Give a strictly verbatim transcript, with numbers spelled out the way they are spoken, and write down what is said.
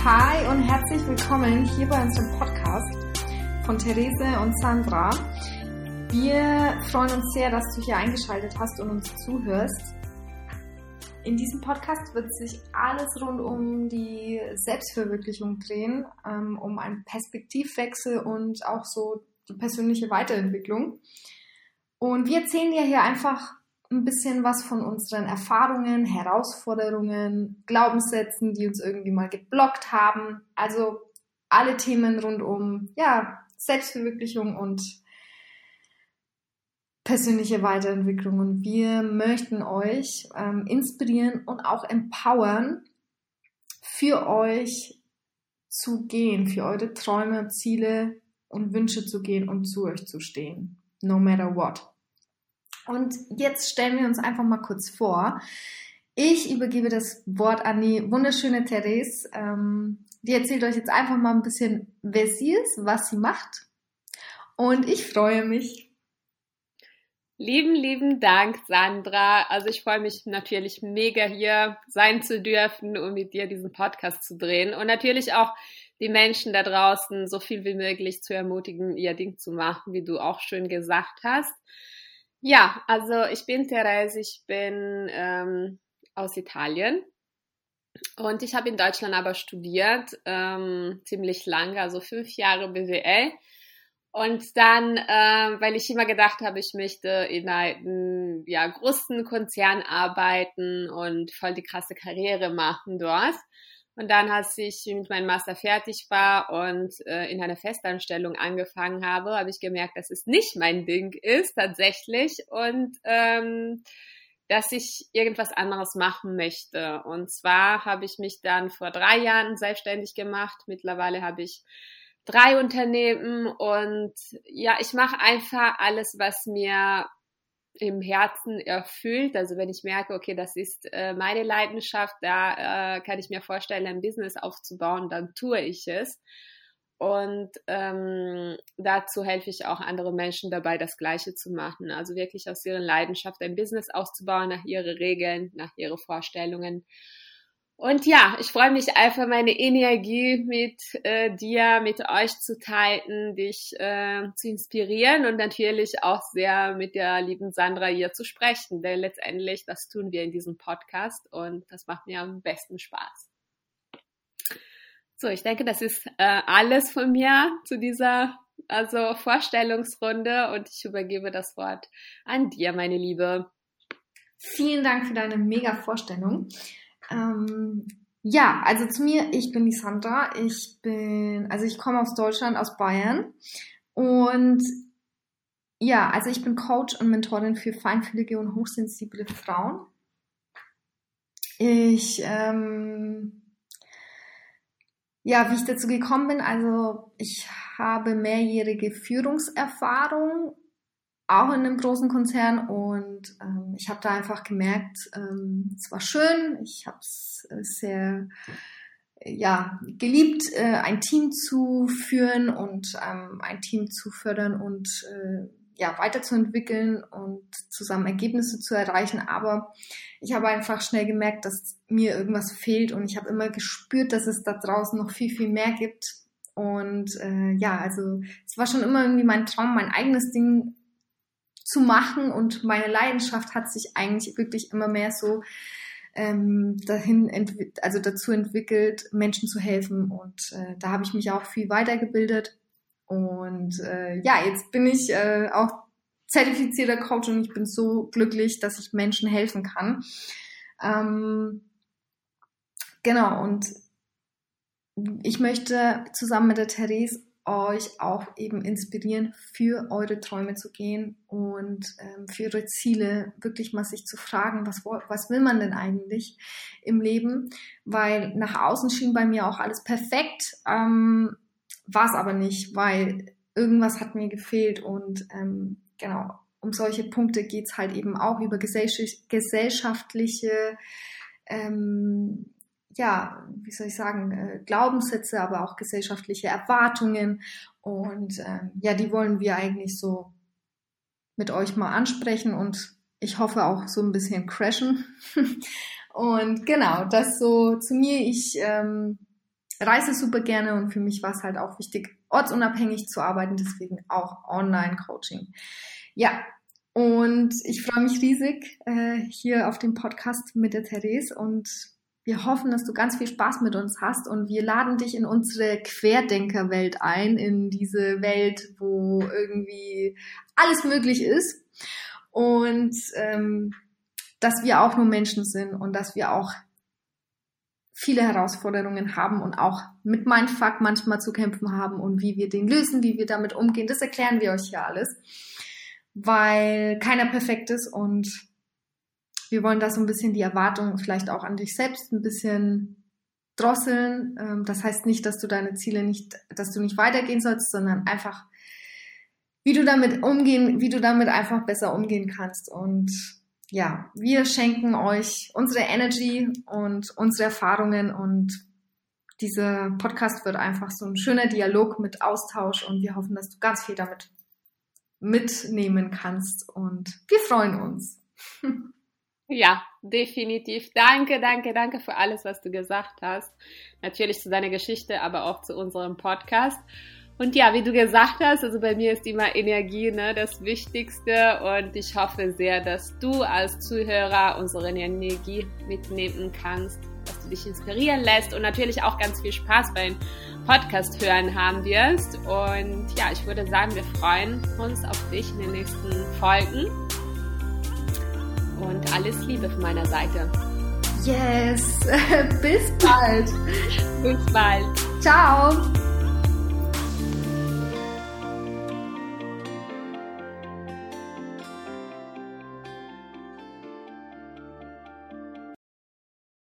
Hi und herzlich willkommen hier bei unserem Podcast von Therese und Sandra. Wir freuen uns sehr, dass du hier eingeschaltet hast und uns zuhörst. In diesem Podcast wird sich alles rund um die Selbstverwirklichung drehen, um einen Perspektivwechsel und auch so die persönliche Weiterentwicklung. Und wir erzählen dir hier einfach ein bisschen was von unseren Erfahrungen, Herausforderungen, Glaubenssätzen, die uns irgendwie mal geblockt haben. Also alle Themen rund um ja, Selbstverwirklichung und persönliche Weiterentwicklung. Und wir möchten euch ähm, inspirieren und auch empowern, für euch zu gehen, für eure Träume, Ziele und Wünsche zu gehen und zu euch zu stehen. No matter what. Und jetzt stellen wir uns einfach mal kurz vor. Ich übergebe das Wort an die wunderschöne Therese. Ähm, die erzählt euch jetzt einfach mal ein bisschen, wer sie ist, was sie macht. Und ich freue mich. Lieben, lieben Dank, Sandra. Also ich freue mich natürlich mega, hier sein zu dürfen, um mit dir diesen Podcast zu drehen. Und natürlich auch die Menschen da draußen so viel wie möglich zu ermutigen, ihr Ding zu machen, wie du auch schön gesagt hast. Ja, also ich bin Therese, ich bin ähm, aus Italien und ich habe in Deutschland aber studiert, ähm, ziemlich lange, also fünf Jahre B W L. Und dann, äh, weil ich immer gedacht habe, ich möchte in einem ja, großen Konzern arbeiten und voll die krasse Karriere machen dort. Und dann, als ich mit meinem Master fertig war und äh, in einer Festanstellung angefangen habe, habe ich gemerkt, dass es nicht mein Ding ist tatsächlich und ähm, dass ich irgendwas anderes machen möchte. Und zwar habe ich mich dann vor drei Jahren selbstständig gemacht. Mittlerweile habe ich drei Unternehmen und ja, ich mache einfach alles, was mir im Herzen erfüllt. Also wenn ich merke, okay, das ist äh, meine Leidenschaft, da äh, kann ich mir vorstellen, ein Business aufzubauen, dann tue ich es. Und ähm, dazu helfe ich auch anderen Menschen dabei, das Gleiche zu machen. Also wirklich aus ihrer Leidenschaft ein Business aufzubauen, nach ihren Regeln, nach ihren Vorstellungen. Und ja, ich freue mich einfach, meine Energie mit äh, dir, mit euch zu teilen, dich äh, zu inspirieren und natürlich auch sehr mit der lieben Sandra hier zu sprechen, denn letztendlich, das tun wir in diesem Podcast und das macht mir am besten Spaß. So, ich denke, das ist äh, alles von mir zu dieser also Vorstellungsrunde und ich übergebe das Wort an dir, meine Liebe. Vielen Dank für deine mega Vorstellung. Ähm, ja, also zu mir, ich bin die Sandra, ich bin, also ich komme aus Deutschland, aus Bayern und ja, also ich bin Coach und Mentorin für feinfühlige und hochsensible Frauen. Ich, ähm, ja, wie ich dazu gekommen bin, also ich habe mehrjährige Führungserfahrung, auch in einem großen Konzern und ähm, ich habe da einfach gemerkt, ähm, es war schön, ich habe es äh, sehr ja, geliebt, äh, ein Team zu führen und ähm, ein Team zu fördern und äh, ja, weiterzuentwickeln und zusammen Ergebnisse zu erreichen, aber ich habe einfach schnell gemerkt, dass mir irgendwas fehlt und ich habe immer gespürt, dass es da draußen noch viel, viel mehr gibt und äh, ja, also es war schon immer irgendwie mein Traum, mein eigenes Ding zu machen und meine Leidenschaft hat sich eigentlich wirklich immer mehr so ähm, dahin entwi- also dazu entwickelt, Menschen zu helfen und äh, da habe ich mich auch viel weitergebildet und äh, ja, jetzt bin ich äh, auch zertifizierter Coach und ich bin so glücklich, dass ich Menschen helfen kann. Ähm, genau, und ich möchte zusammen mit der Therese euch auch eben inspirieren, für eure Träume zu gehen und ähm, für eure Ziele wirklich mal sich zu fragen, was, was will man denn eigentlich im Leben? Weil nach außen schien bei mir auch alles perfekt, ähm, war es aber nicht, weil irgendwas hat mir gefehlt und ähm, genau, um solche Punkte geht's halt eben auch über gesellschaftliche ähm, ja, wie soll ich sagen, äh, Glaubenssätze, aber auch gesellschaftliche Erwartungen und äh, ja, die wollen wir eigentlich so mit euch mal ansprechen und ich hoffe auch so ein bisschen crashen und genau, das so zu mir, ich ähm, reise super gerne und für mich war es halt auch wichtig, ortsunabhängig zu arbeiten, deswegen auch Online-Coaching. Ja, und ich freue mich riesig äh, hier auf dem Podcast mit der Therese und wir hoffen, dass du ganz viel Spaß mit uns hast und wir laden dich in unsere Querdenkerwelt ein, in diese Welt, wo irgendwie alles möglich ist und ähm, dass wir auch nur Menschen sind und dass wir auch viele Herausforderungen haben und auch mit Mindfuck manchmal zu kämpfen haben und wie wir den lösen, wie wir damit umgehen, das erklären wir euch hier alles, weil keiner perfekt ist und wir wollen da so ein bisschen die Erwartungen vielleicht auch an dich selbst ein bisschen drosseln. Das heißt nicht, dass du deine Ziele nicht, dass du nicht weitergehen sollst, sondern einfach, wie du damit umgehen, wie du damit einfach besser umgehen kannst und ja, wir schenken euch unsere Energy und unsere Erfahrungen und dieser Podcast wird einfach so ein schöner Dialog mit Austausch und wir hoffen, dass du ganz viel damit mitnehmen kannst und wir freuen uns. Ja, definitiv. Danke, danke, danke für alles, was du gesagt hast. Natürlich zu deiner Geschichte, aber auch zu unserem Podcast. Und ja, wie du gesagt hast, also bei mir ist immer Energie, ne, das Wichtigste und ich hoffe sehr, dass du als Zuhörer unsere Energie mitnehmen kannst, dass du dich inspirieren lässt und natürlich auch ganz viel Spaß beim Podcast hören haben wirst. Und ja, ich würde sagen, wir freuen uns auf dich in den nächsten Folgen und alles Liebe von meiner Seite. Yes, bis bald. Bis bald. Ciao.